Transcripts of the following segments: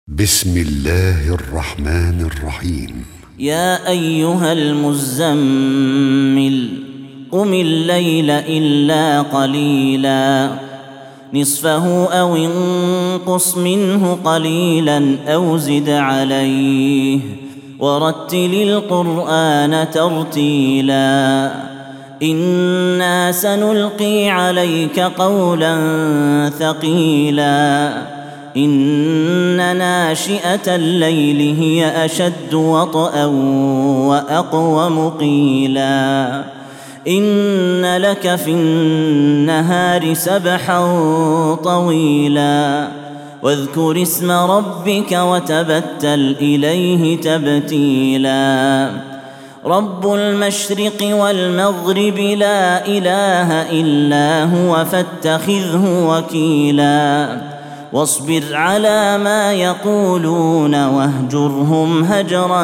بسم الله الرحمن الرحيم. يا أيها المزمل قم الليل إلا قليلا نصفه أو انقص منه قليلا أو زد عليه ورتل القرآن ترتيلا إنا سنلقي عليك قولا ثقيلا إن ناشئة الليل هي أشد وطئا وأقوم قيلا إن لك في النهار سبحا طويلا واذكر اسم ربك وتبتل إليه تبتيلا رب المشرق والمغرب لا إله إلا هو فاتخذه وكيلا واصبر على ما يقولون واهجرهم هجرا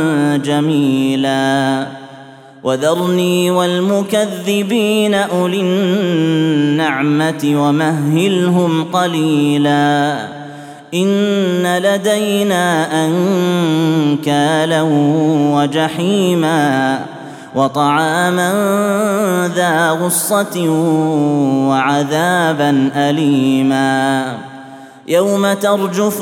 جميلا وذرني والمكذبين أولي النعمة ومهلهم قليلا إن لدينا أنكالا وجحيما وطعاما ذا غصة وعذابا أليما يوم ترجف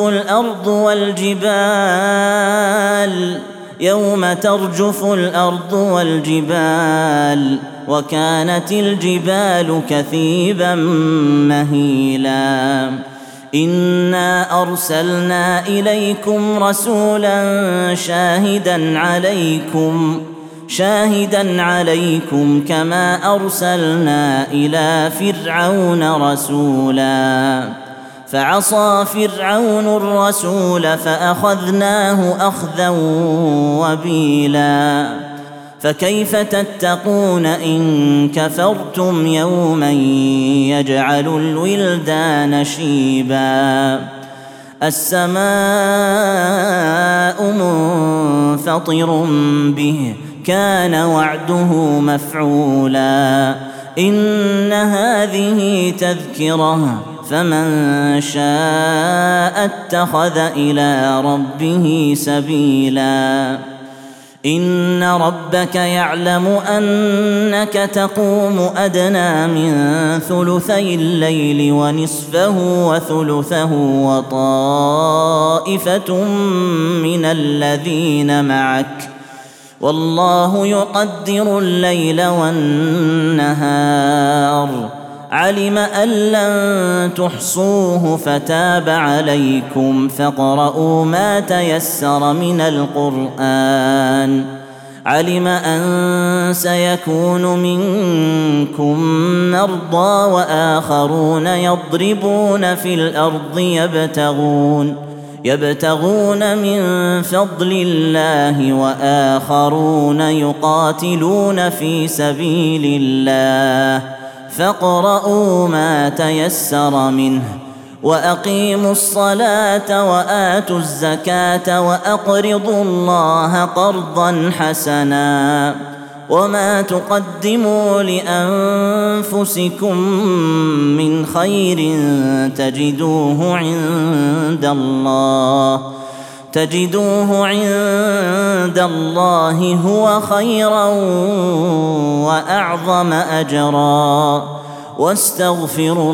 الأرض والجبال وكانت الجبال كثيبا مهيلا إنا أرسلنا إليكم رسولا شاهدا عليكم كما أرسلنا إلى فرعون رسولا فعصى فرعون الرسول فأخذناه أخذا وبيلا فكيف تتقون إن كفرتم يوما يجعل الولدان شيبا السماء منفطر به كان وعده مفعولا إن هذه تذكرة فمن شاء اتخذ إلى ربه سبيلا إن ربك يعلم أنك تقوم أدنى من ثلثي الليل ونصفه وثلثه وطائفة من الذين معك والله يقدر الليل والنهار علم أن لن تحصوه فتاب عليكم فاقرؤوا ما تيسر من القرآن علم أن سيكون منكم مرضى وآخرون يضربون في الأرض يبتغون من فضل الله وآخرون يقاتلون في سبيل الله فاقرؤوا ما تيسر منه وأقيموا الصلاة وآتوا الزكاة وأقرضوا الله قرضا حسنا وما تقدموا لأنفسكم من خير تجدوه عند الله هو خيرا وأعظم أجرا واستغفروا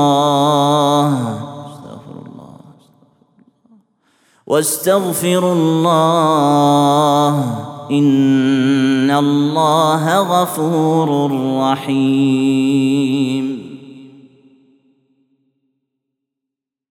الله إن الله غفور رحيم.